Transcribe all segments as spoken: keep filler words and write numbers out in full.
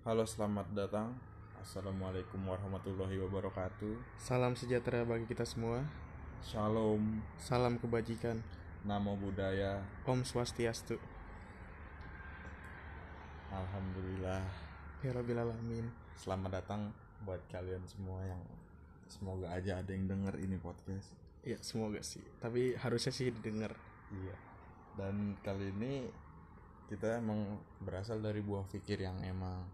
Halo, selamat datang. Assalamualaikum warahmatullahi wabarakatuh. Salam sejahtera bagi kita semua. Shalom, Salam kebajikan. namo buddhaya. Om Swastiastu. Alhamdulillah. Ya Rabbil Alamin. Selamat datang buat kalian semua yang semoga aja ada yang denger ini podcast. Ya semoga sih. Tapi harusnya sih didengar. Iya. Dan kali ini kita emang berasal dari buah pikir yang emang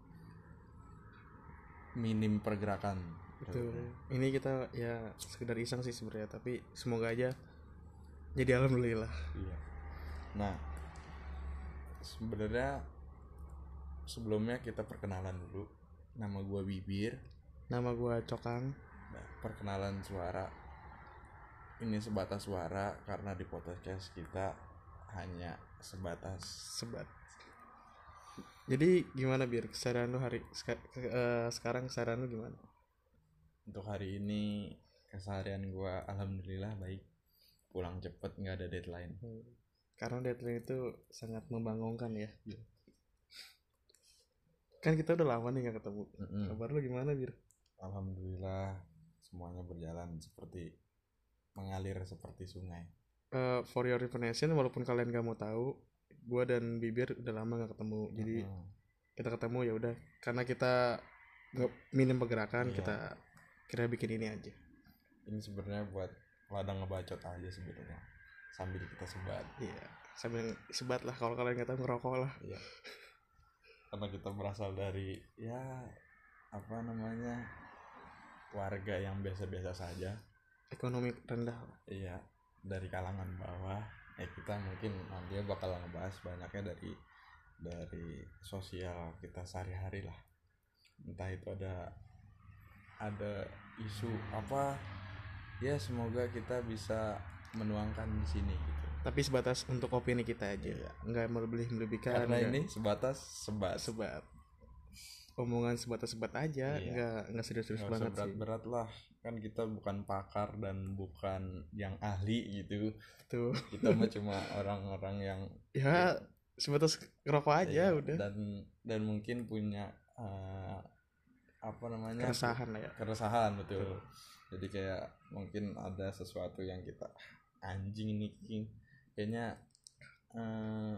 minim pergerakan. Betul. Ini kita ya sekedar iseng sih sebenarnya. Tapi semoga aja jadi alhamdulillah. Iya. Nah, sebenarnya sebelumnya kita perkenalan dulu. Nama gua Bibir. Nama gua Cokang. Nah, perkenalan suara ini sebatas suara karena di podcast kita hanya sebatas Sebat. Jadi gimana Bir keseharian lu hari seka, ke, uh, sekarang keseharian lu gimana? untuk hari ini. Keseharian gua alhamdulillah baik, pulang cepet, nggak ada deadline. Hmm. Karena deadline itu sangat membangunkan ya. Kan kita udah lama nih gak ketemu. Mm-mm. Kabar lu gimana Bir? Alhamdulillah semuanya berjalan seperti mengalir seperti sungai. Uh, for your information, walaupun kalian gak mau tahu, gue dan Bibir udah lama gak ketemu. Jadi Mm-mm. kita ketemu ya udah, karena kita nggak minim pergerakan, Iya. kita kira bikin ini aja. Ini sebenarnya buat ladang ngebacot aja sebenarnya, sambil kita sebat. Iya, sambil sebat lah, kalau kalian nggak tahu ngerokok lah. Iya. Karena kita berasal dari ya apa namanya warga yang biasa-biasa saja. Ekonomi rendah. Iya, dari kalangan bawah. Eh kita mungkin nantinya bakal ngebahas banyaknya dari dari sosial kita sehari-hari lah. Entah itu ada ada isu apa, ya semoga kita bisa menuangkan di sini gitu. Tapi sebatas untuk opini kita aja, Iya. nggak melebih-melebihkan. Karena nggak- ini sebatas sebat. sebat. Omongan sebatas-sebat aja, Iya. nggak nggak serius-serius Nggak usah banget sih. berat-berat lah, kan kita bukan pakar dan bukan yang ahli gitu. Tuh, Kita mah cuma orang-orang yang ya sebatas ngerokok aja iya, udah. dan dan mungkin punya uh, apa namanya Keresahan lah ya. keresahan betul. Betul. Jadi kayak mungkin ada sesuatu yang kita anjing nih King, kayaknya uh,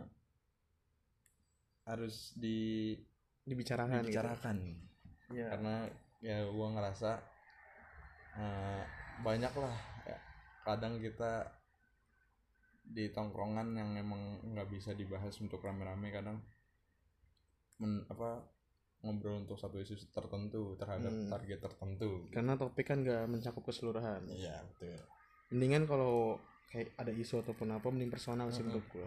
harus di Dibicarakan. gitu. dibicarakan. Iya. Karena ya gua ngerasa uh, banyak lah ya, kadang kita di tongkrongan yang emang nggak bisa dibahas untuk rame-rame, kadang men, apa ngobrol untuk satu isu tertentu terhadap Hmm. target tertentu. Karena topik kan nggak mencakup keseluruhan. Iya betul. Mendingan kalau kayak ada isu ataupun apa, mending personal sih Mm-mm. menurut gue.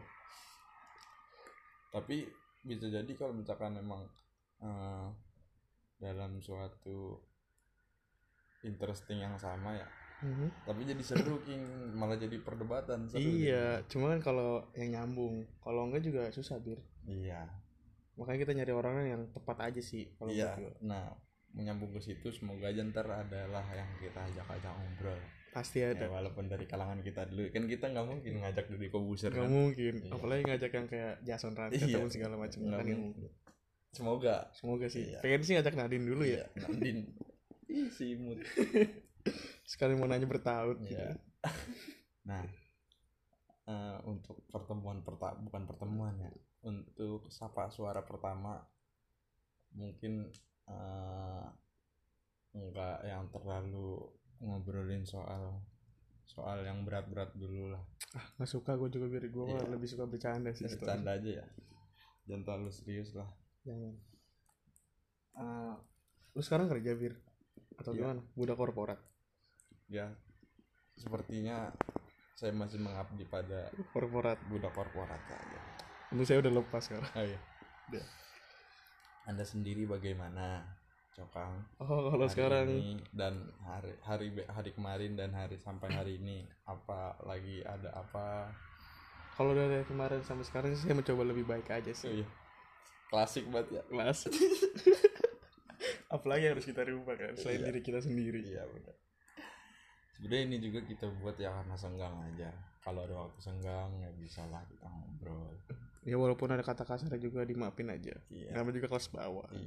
Tapi bisa jadi kalau misalkan emang uh, dalam suatu interesting yang sama ya, Mhm. tapi jadi seru King, malah jadi perdebatan seru. Iya, cuma kan kalau yang nyambung, kalau enggak juga susah Bir. Jadi. Iya. Makanya kita nyari orang yang tepat aja sih kalau Iya. menurut gue. Nah, menyambung ke situ, semoga aja ntar adalah yang kita ajak-ajak ngobrol. Pasti Ya, ada. walaupun dari kalangan kita dulu, kan kita nggak mungkin ngajak Deddy Kobuser Gak kan. mungkin, Iya. apalagi ngajak yang kayak Jason Ranti Iya. ataupun segala macam. Nggak Kan nggak mungkin. mungkin. Semoga. Semoga sih. Iya. Pengen sih ngajak Nadine dulu ya. Iya, Nadine. Ih, si imut. Sekali mau nanya bertahun. Iya. Gitu. Nah, eh, untuk pertemuan pertama, bukan pertemuan ya, untuk sapa suara pertama mungkin uh, enggak yang terlalu ngobrolin soal soal yang berat-berat dulu lah. Ah, nggak suka gue juga Bir. Gue Iya. lebih suka bercanda sih. Bercanda aja ya, jangan terlalu serius lah. Jangan. Uh, lu sekarang kerja Bir? Atau Iya. gimana? Budak korporat? Ya, sepertinya saya masih mengabdi pada Korporat. budak korporat saja. Itu saya udah lepas sekarang. Oh iya. Udah. Anda sendiri bagaimana, Cokang? Oh, kalau Hari sekarang ini dan hari hari hari kemarin dan hari sampai hari ini, apa lagi ada apa? kalau dari kemarin sampai sekarang sih saya mencoba lebih baik aja Oh sih. iya. Klasik banget ya. Kelas. Apalagi harus kita rubah kan selain Iya. diri kita sendiri. Iya benar. Sebenarnya ini juga kita buat ya karena senggang aja. Kalau ada waktu senggang ya bisa lah kita ngobrol. Ya walaupun ada kata kasar juga dimaafin aja. Iya. Namanya juga kelas bawah. Iya.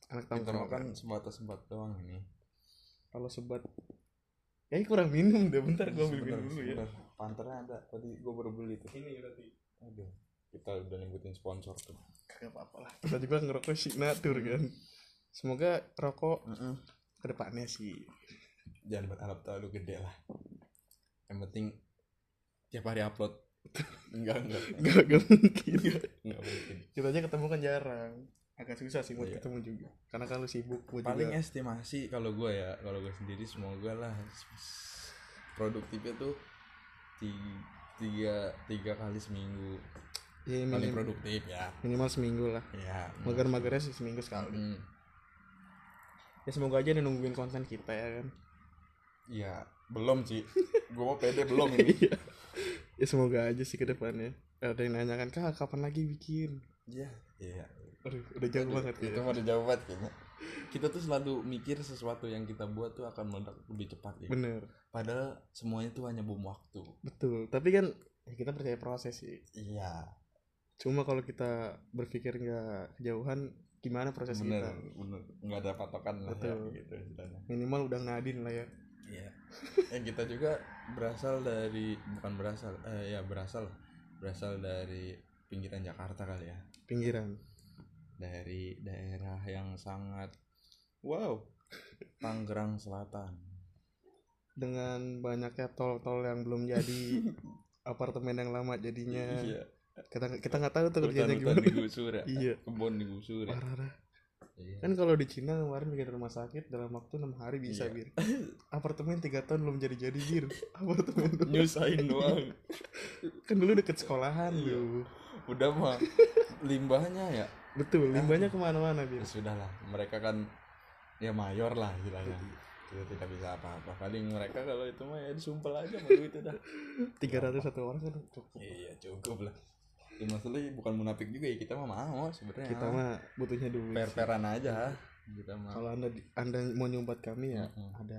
anak Kita tongkrongan. makan sebatas sebat doang ini. Kalau sebat eh kurang minum deh, bentar gue ambil Sebentar, minum dulu ya. sebentar. Panternya ada, tadi gue baru beli tuh. Ini berarti Aduh, kita udah nyebutin sponsor tuh. kagak apa-apa lah. Kita juga ngerokok signatur kan. Semoga rokok Mm-mm. kedepannya sih. Jangan berharap terlalu gede lah. Yang penting tiap hari upload. Enggak, enggak. Gak, gak mungkin. Enggak mungkin. Kita aja ketemu kan jarang. Agak susah sih buat Iya. ketemu juga. Karena kan lu sibuk. Gua Paling juga. estimasi kalau gue ya, kalau gue sendiri semoga lah produktifnya tuh tiga, tiga, tiga kali seminggu. Ya, Paling minim, produktif ya. minimal seminggu lah. Ya. Mager-magernya sih seminggu sekali. Mm. Ya semoga aja ada nungguin konten kita ya kan. Ya belum sih. Gue mau pede belum ini. Iya. Ya semoga aja sih ke depannya. Ada yang nanyakan, "Kak, kapan lagi bikin?" Iya. Iya. Aduh, udah jauh banget ya. Itu mau dijawab kayaknya. Kita tuh selalu mikir sesuatu yang kita buat tuh akan meledak lebih cepat ya. Bener. Padahal semuanya tuh hanya bom waktu. Betul. Tapi kan ya kita percaya proses sih. Iya. Cuma kalau kita berpikir nggak kejauhan, gimana proses Bener, kita? bener. Nggak ada patokan lah ya, Betul. gitu istilahnya. Minimal udah ngadin lah ya. Iya. Yang kita juga berasal dari bukan berasal, eh ya berasal, berasal dari pinggiran Jakarta kali ya. Pinggiran. Dari daerah yang sangat wow, Tangerang Selatan. Dengan banyaknya tol-tol yang belum jadi, apartemen yang lama jadinya. Iya. Kita kita nggak tahu tuh kerjanya Hutan-hutan gimana. digusur ya. Iya. Kebun digusur ya. Parah. Iya. Kan kalau di Cina kemarin bikin rumah sakit dalam waktu enam hari bisa, Iya. Bir. Apartemen tiga tahun belum jadi-jadi, Bir. Apartemen doang. Nyusahin doang. Kan dulu deket sekolahan Iya. dulu. Udah mah limbahnya ya. Betul, limbahnya kemana-mana, Bir. Ya sudahlah, mereka kan ya mayor lah istilahnya. Kita tidak bisa apa-apa. Paling mereka kalau itu mah ya disumpel aja sama duit udah. tiga ratus satu orang kan cukup. Iya cukup lah. Ya maksudnya bukan munafik juga ya, kita mah mau sebenarnya. Kita mah butuhnya duit. sih. per-peran aja. Kita mah. Kalau anda anda mau nyumbat kami ya Mm-mm. ada.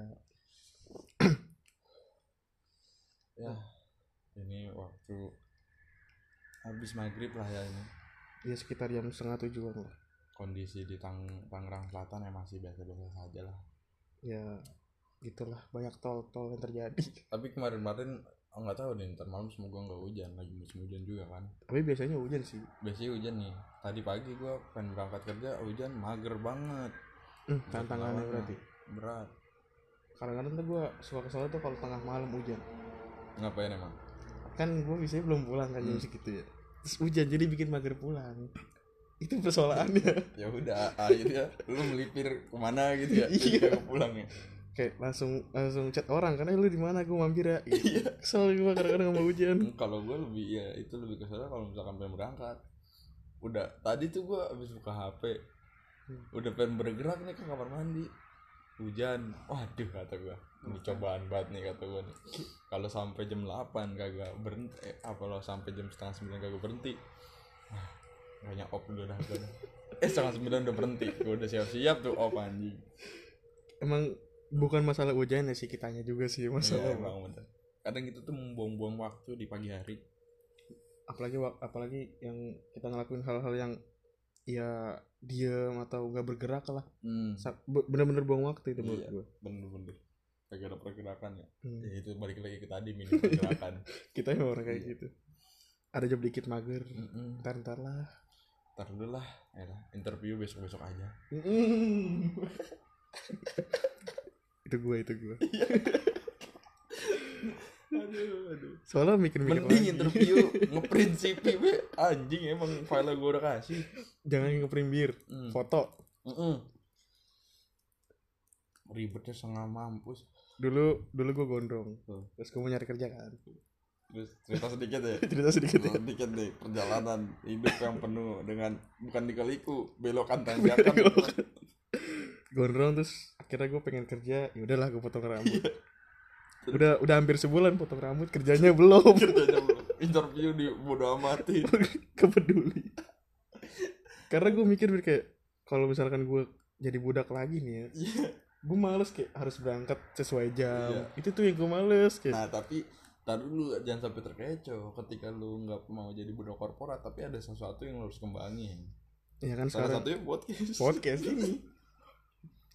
Ya ini waktu habis maghrib lah ya ini. Ya sekitar jam setengah tujuan lah. Kondisi di Tang- Tangerang Selatan ya masih biasa-biasa saja lah. Ya gitulah, banyak tol-tol yang terjadi. Tapi kemarin-kemarin oh, nggak tahu nih, ntar malam semoga nggak hujan, lagi musim hujan juga kan. Tapi biasanya hujan sih. Biasanya hujan nih. Tadi pagi gua pengen berangkat kerja hujan mager banget. Hmm, tantangannya berarti. Berat. Kadang-kadang tuh gue suka kesel tuh kalau tengah malam hujan. Ngapain emang? Kan gue biasanya belum pulang kan jam Hmm. segitu ya. Terus hujan jadi bikin mager pulang. Itu persoalannya. Ya udah, akhirnya lu melipir kemana gitu ya? Iya. Jadi kagak pulang ya. Kayak langsung langsung chat orang karena lu di mana, gue mampir ya. Gitu. Kesel gue kadang-kadang sama hujan. Hmm, Kalau gua lebih ya itu lebih kesel kalau misalkan pengen berangkat. Udah, tadi tuh gua habis buka H P. Udah pengen bergerak nih ke kamar mandi. Hujan. Waduh kata gua. Ini cobaan banget nih kata gua nih. Kalau sampai jam delapan kagak berhenti, eh, apa lo sampai jam setengah sembilan kagak berhenti. Wah, banyak op udah dah gua dah. Eh setengah sembilan udah berhenti. Gua udah siap-siap tuh op anjing. Emang bukan masalah hujan ya sih, kitanya juga sih masalah. Iya, emang bener. Kadang kita tuh membuang-buang waktu di pagi hari. Apalagi wak- apalagi yang kita ngelakuin hal-hal yang ya diam atau nggak bergerak lah. Hmm. Sa- be- bener-bener buang waktu itu menurut Iya. gue. Bener-bener. Kagak ada pergerakan ya. Hmm. Ya itu balik lagi ke tadi minim pergerakan. Kita emang orang kayak Iya. gitu. Ada job dikit mager. Mm-mm. Ntar ntar lah. Ntar dulu lah, ya lah. Interview besok-besok aja. Itu gue itu gue. Aduh, aduh. Soalnya mikir-mikir Mending lagi. interview ngeprint C V be. Anjing emang file gue udah kasih. Jangan ngeprint bir, Hmm. foto. Mm-mm. Ribetnya setengah mampus. Dulu dulu gue gondrong. Tuh. Terus gue mau nyari kerja kan. Terus cerita sedikit ya. Cerita sedikit ya. Sedikit deh perjalanan hidup yang penuh dengan bukan dikaliku belokan tanjakan. Gondrong terus akhirnya gue pengen kerja. Ya udahlah gue potong rambut. Iya. Udah udah hampir sebulan potong rambut, kerjanya belum. Kerjanya belum. Interview di bodo amatin. Kepeduli. Karena gue mikir Bir, kayak kalau misalkan gue jadi budak lagi nih ya. Iya. Gue males kayak harus berangkat sesuai jam. Iya. Itu tuh yang gue males kayak. Nah tapi tar dulu jangan sampai terkecoh ketika lu nggak mau jadi budak korporat tapi ada sesuatu yang lu harus kembangin. Ya kan Salah sekarang satunya podcast. podcast ini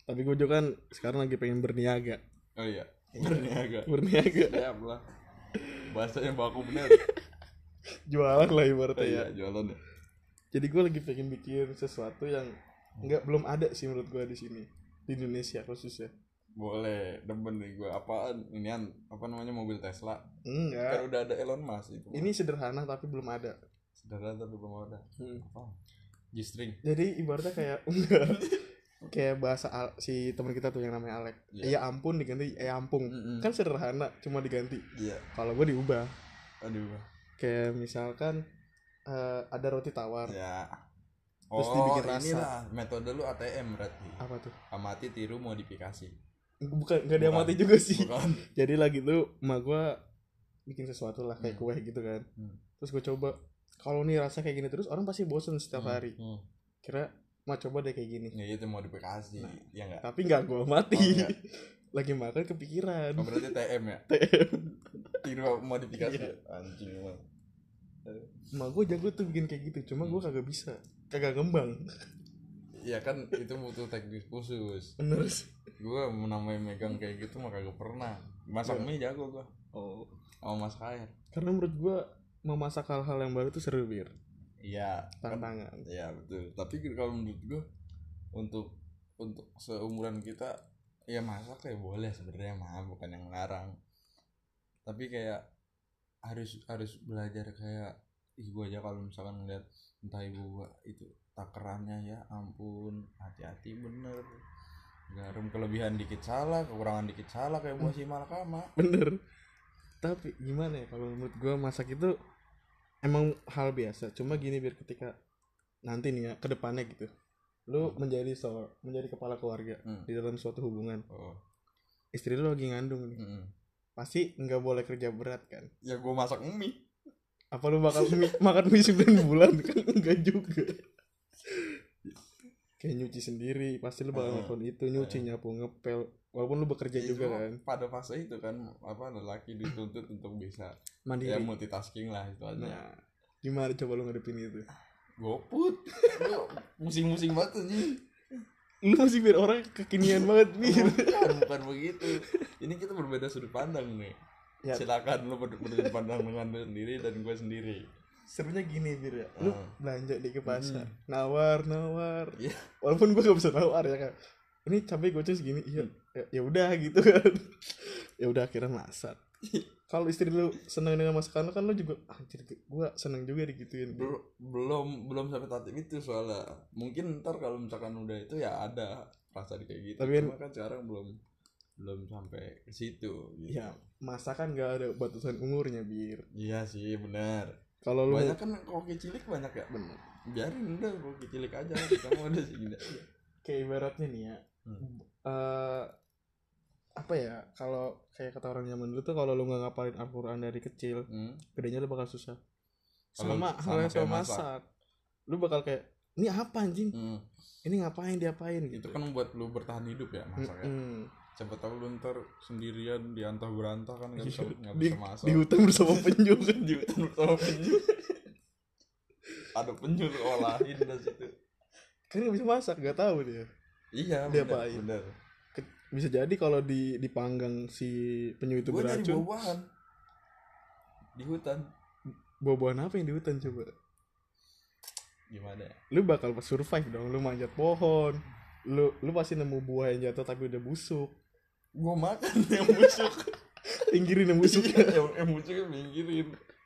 Tapi gue juga kan sekarang lagi pengen berniaga. Oh iya, berniaga. Berniaga. Ya lah. Bahasanya baku bener. Jualan lah Oh, ibaratnya ya. iya, jualan ya. Jadi gue lagi pengen bikin sesuatu yang nggak belum ada sih menurut gue di sini di Indonesia khususnya. Boleh, demen nih gue. Apaan? Inian apa namanya mobil Tesla? Enggak. Kan udah ada Elon Musk itu. Ini sederhana tapi belum ada. Sederhana tapi belum ada. Hmm. Apa? G-string. Jadi ibaratnya kayak enggak. Kayak bahasa Al- si teman kita tuh yang namanya Alek. Iya. Ya ampun diganti eh ampung. Mm-mm. Kan sederhana cuma diganti. Iya. Kalau gue diubah. Aduh. Kayak misalkan eh, ada roti tawar. Ya. Terus Oh, dibikin rasa. inilah metode lu A T M berarti. Apa tuh? Amati, tiru, modifikasi. Bukan nggak dia Bukan. mati juga sih. Bukan. Jadi lagi tuh emak gue bikin sesuatu lah kayak Hmm. kue gitu kan. Hmm. Terus gue coba kalau nih rasa kayak gini terus orang pasti bosen setiap Hmm. hari. Hmm. Kira mau coba deh kayak gini. Ya itu modifikasi, Nah. ya enggak? Tapi nggak gue mati. Oh, enggak. Lagi makan kepikiran. Oh, berarti T M ya? T M. Tiru modifikasi. Iya. Anjing emang. Emak gue jago tuh bikin kayak gitu. Cuma gue Hmm. kagak bisa. Kagak ngembang. Ya kan itu butuh teknik khusus. Bener sih. Gue menamai megang kayak gitu mah kagak pernah. Masak Ya. mie jago gue. Oh. Sama masak air. Karena menurut gue memasak hal-hal yang baru tuh seru bir. Iya. Kan, Tantangan. ya betul. Tapi kalau menurut gue untuk untuk seumuran kita ya masak ya boleh sebenarnya mah bukan yang larang. Tapi kayak harus harus belajar kayak ih gue aja kalau misalkan ngeliat entah ibu gue itu takarannya ya ampun hati-hati bener garam kelebihan dikit salah kekurangan dikit salah kayak buah si malakama. Bener. Tapi gimana ya kalau menurut gue masak itu emang hal biasa. Cuma gini biar ketika nanti nih ya ke depannya gitu. Lu Hmm. menjadi so, menjadi kepala keluarga Hmm. di dalam suatu hubungan. Oh. Istri lu lagi ngandung nih. Mm-mm. Pasti nggak boleh kerja berat kan? Ya gue masak mie. Apa lu bakal mie, makan mie sembilan bulan kan? Enggak juga. Kayak nyuci sendiri, pasti lu bakal Uh-uh. melakukan itu, nyuci, Uh-uh. nyapu, ngepel. Walaupun lu bekerja Ya, juga cuma kan. pada fase itu kan apa lelaki dituntut untuk bisa Mandiri. ya multitasking lah itu aja. Nah, gimana coba lu ngadepin itu? Goput. Lu musing-musing banget sih. Lu masih biar orang kekinian banget nih. Bukan, bukan begitu. Ini kita berbeda sudut pandang nih. Ya, Silakan lu ber- bersudut pandang dengan lu sendiri dan gue sendiri. serunya gini bir ya. Lu Ah. belanja di ke pasar, Hmm. nawar, nawar. Iya. Walaupun gua gak bisa nawar ya kan. Ini cabai goceng segini, iya. Ya, ya udah gitu kan. Ya udah akhirnya masak. Kalau istri lu seneng dengan masakan lu kan lu juga anjir gua seneng juga digituin. Bir. Bel- belum belum sampai tahap itu soalnya. Mungkin ntar kalau misalkan udah itu ya ada rasa di kayak gitu. Tapi kan- Cuma kan sekarang belum belum sampai ke situ gitu. Ya, masakan gak ada batasan umurnya, Bir. Iya sih benar. Kalau lu Banyak kan koki cilik banyak ya. bener. Biarin udah koki cilik aja. Kamu udah segini aja. Kayak ibaratnya nih ya. Hmm. eh apa ya? Kalau kayak kata orang zaman dulu tuh kalau lu nggak ngapalin Al-Qur'an dari kecil, Hmm. gedenya lu bakal susah. Kalau Sama sama halnya kayak sama masak. masak. Lu bakal kayak ini apa anjing? Hmm. Ini ngapain diapain gitu. Itu kan membuat lu bertahan hidup ya masak ya. Mm-mm. Siapa tahu lu ntar sendirian di antah berantah kan nggak bisa nggak di, bisa masak. di hutan bersama penyu kan. Di hutan bersama penyu. Ada penyu lu olahin dari situ. Kan nggak bisa masak, nggak tahu dia. Iya, Dia bener, apain? bener. Ke- Bisa jadi kalau di dipanggang si penyu itu Gue nyari beracun. buah-buahan di hutan. Buah-buahan apa yang di hutan coba? Gimana ya? Lu bakal survive dong. Lu manjat pohon. Lu lu pasti nemu buah yang jatuh tapi udah busuk. Gue makan yang busuk. Pinggirin yang busuk. Iya, yang, yang busuknya pinggirin.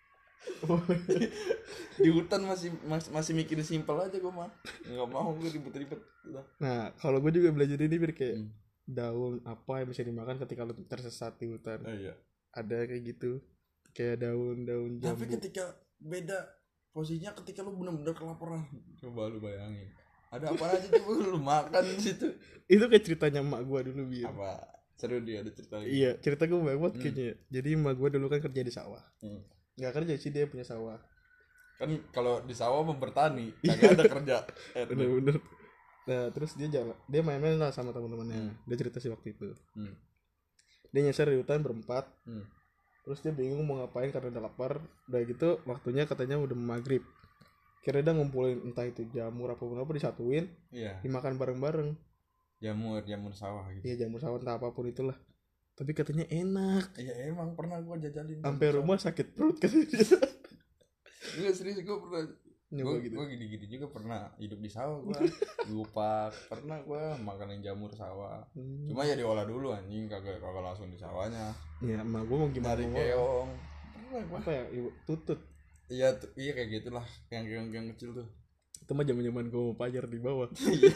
Di hutan masih mas, masih mikirin simpel aja gue mah. Nggak mau gue ribet-ribet. Udah. Nah, kalau gue juga belajar ini biar kayak Hmm. daun apa yang bisa dimakan ketika lu tersesat di hutan. Oh, iya. Ada kayak gitu. Kayak daun-daun Tapi jambu. ketika beda posisinya ketika lu bener-bener kelaparan. Coba lu bayangin. Ada apa aja coba lu makan di situ. Itu kayak ceritanya emak gue dulu biar. Apa? Seru dia ada cerita lagi. Iya, cerita gue banyak banget Hmm. kayaknya. Jadi emak gue dulu kan kerja di sawah. Hmm. Nggak kerja sih, dia punya sawah. Kan kalau di sawah membertani, Iya. kagak ada kerja. Eh, Bener-bener. Nah, terus dia jalan, dia main-main lah sama teman-temannya. Hmm. Dia cerita sih waktu itu. Hmm. Dia nyasar di hutan berempat. Hmm. Terus dia bingung mau ngapain karena udah lapar. Udah gitu waktunya katanya udah maghrib. Kira dia ngumpulin entah itu jamur apapun apa disatuin, Iya. dimakan bareng-bareng. jamur jamur sawah gitu. Iya jamur sawah entah apapun itulah. Tapi katanya enak. Iya emang pernah gua jajalin. Sampai rumah sakit perut katanya. Enggak serius gua pernah. Nyoba Gua, gitu. gua gini-gini juga pernah hidup di sawah gua. Lupa pernah gua makan yang jamur sawah. Hmm. Cuma ya diolah dulu anjing, kagak kagak langsung di sawahnya. Ya emak gua mau gimana Dari mau. keong. Pernah gua. Apa ya? Ibu tutut. Iya tuh, iya kayak gitulah yang keong-keong kecil tuh. Itu mah zaman-zaman gua mau pajar di bawah.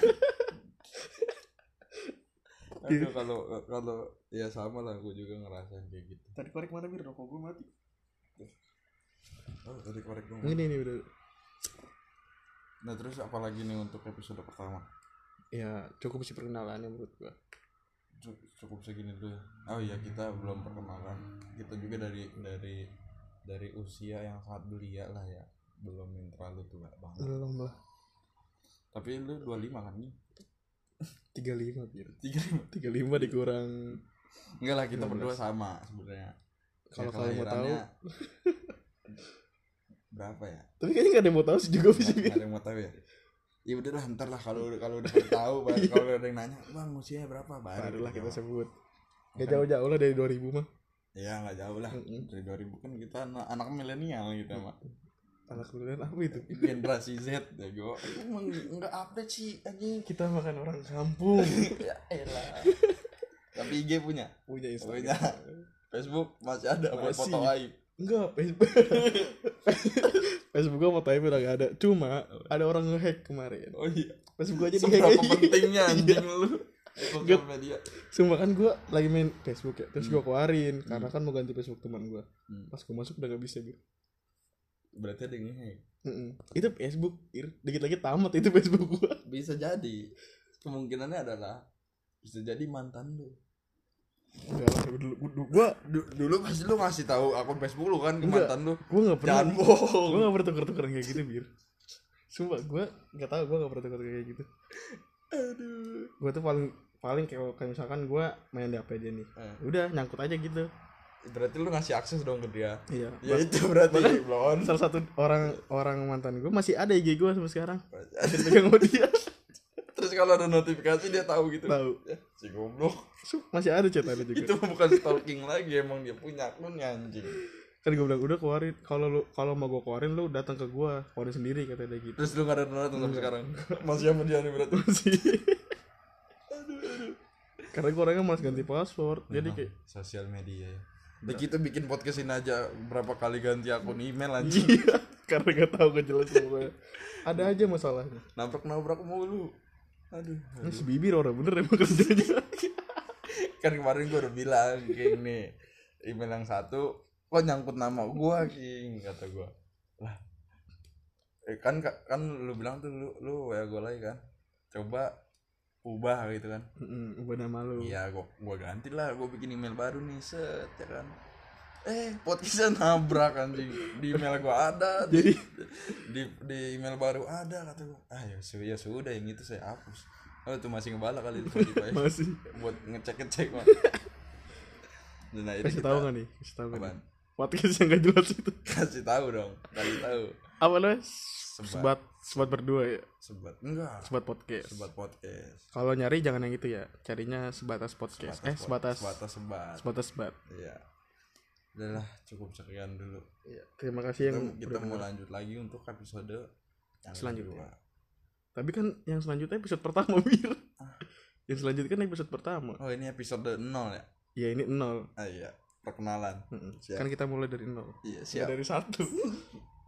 Aduh kalau kalau ya sama lah gue juga ngerasain kayak gitu. Tadi korek mana Bir? Rokok gua mati. Oh tadi korek dong. Ini nih udah. Nah terus apalagi nih untuk episode pertama? Ya cukup sih perkenalannya menurut gua. Cukup, cukup segini dulu. Oh iya kita belum perkenalan. Kita juga dari dari dari usia yang sangat belia lah ya. Belum yang terlalu tua banget. Belum lah. Tapi lu dua puluh lima kan nih? tiga puluh lima Bir. tiga puluh lima. tiga puluh lima dikurang. Enggak lah kita lima belas. berdua sama sebenarnya. Kalau Ya, kalian mau tahu. kelahirannya berapa ya? Tapi kayaknya gak ada yang mau tahu sih juga bisa. Nggak ada yang mau tahu ya. Ya udah lah ntar lah kalau kalau udah tahu baru kalau ada yang nanya bang usianya berapa baru Barulah kita jawab. sebut. Gak Kan- jauh-jauh lah dari dua ribu mah. Ya nggak jauh lah Mm-mm. dari dua ribu kan kita anak, anak milenial gitu mah. Anak kemudian apa itu? Generasi Z ya gue. Emang nggak update sih anjing. Kita makan orang kampung. Ya elah. Tapi I G punya. Punya Punya. Instagram. Facebook masih ada buat Masih. foto aib. Enggak, Facebook. Facebook gua foto aib udah gak ada. Cuma ada orang nge-hack kemarin. Oh iya. Facebook gua aja Seberapa di-hack. pentingnya anjing Iya. lu sosial media. Sumpah kan gua lagi main Facebook ya. Terus Hmm. gua keluarin karena kan mau ganti Facebook teman gua. Hmm. Pas gua masuk udah gak bisa, Bir. Berarti ada yang nge-hack. Mm-mm. Itu Facebook, Ir. Dikit lagi tamat itu Facebook gua. Bisa jadi. Kemungkinannya adalah bisa jadi mantan lu. Enggak lah, dulu, dulu gua Du- dulu pasti lu ngasih tahu akun Facebook lu kan ke Enggak. mantan lu. gua enggak pernah. Jangan bohong. Gua enggak pernah tuker-tukeran kayak gitu, Bir. Sumpah gua enggak tahu gua enggak pernah tuker kayak gitu. Aduh. Gua tuh paling paling kayak kayak misalkan gua main di H P dia nih. Eh, Udah nyangkut aja gitu. berarti lu ngasih akses dong ke dia. Iya. Ya itu berarti bahkan- blon. Salah satu orang orang mantan gue masih ada I G gue sampai sekarang. Masih pegang sama dia. Terus kalau ada notifikasi dia tahu gitu. Tahu. Ya, si goblok. Masih ada catatannya juga. Itu bukan stalking lagi, emang dia punya akunnya anjing. Kan gue bilang udah keluarin. Kalau lu kalau mau gue keluarin lu datang ke gue, keluarin sendiri kata dia gitu. Terus lu gak ada nonton sampai Enggak. sekarang. Masih sama dia nih berarti. Masih. Karena gue orangnya malas ganti password. Jadi Memang kayak sosial media ya. Udah kita bikin podcast ini aja berapa kali ganti akun email anjing. iya, karena gak tahu gak jelas pokoknya. Ada aja masalahnya. Nabrak-nabrak mulu. Aduh. Ini si bibir orang bener emang kerjanya. Kan kemarin gue udah bilang King nih email yang satu kok nyangkut nama gue King kata gue lah eh, kan kan lu bilang tuh lu lu W A gue lagi kan coba ubah gitu kan. Heeh, ubah nama lu. Iya gue gue ganti lah gue bikin email baru nih set ya kan eh podcastnya nabrak anjing di email gue ada Jadi di di email baru ada kata gue ah ya, su- ya sudah yang itu saya hapus. Oh itu masih ngebala kali itu Spotify masih buat ngecek-ngecek mah. Nah, ini kasih kita- tahu nggak nih? Kasih tahu nggak? Apaan? nih? Podcast yang gak jelas itu. Kasih tahu dong, kasih tahu. Apa namanya? Sebat. Sebat sebat berdua ya. Sebat enggak. Sebat podcast. Sebat podcast. Kalau nyari jangan yang itu ya. Carinya sebatas podcast. eh sebatas sebatas sebat. sebatas sebat. Iya. Udahlah, cukup sekian dulu. Iya. Terima kasih Kita, yang kita udah mau denger. lanjut lagi untuk episode yang Selanjutnya. kedua. Tapi kan yang selanjutnya episode pertama Bir. Ah. Yang selanjutnya kan episode pertama. Oh, ini episode nol ya? Ya ini nol. Ah iya, perkenalan. Mm-mm. Siap. Kan kita mulai dari nol. Iya, Mulai siap. dari satu.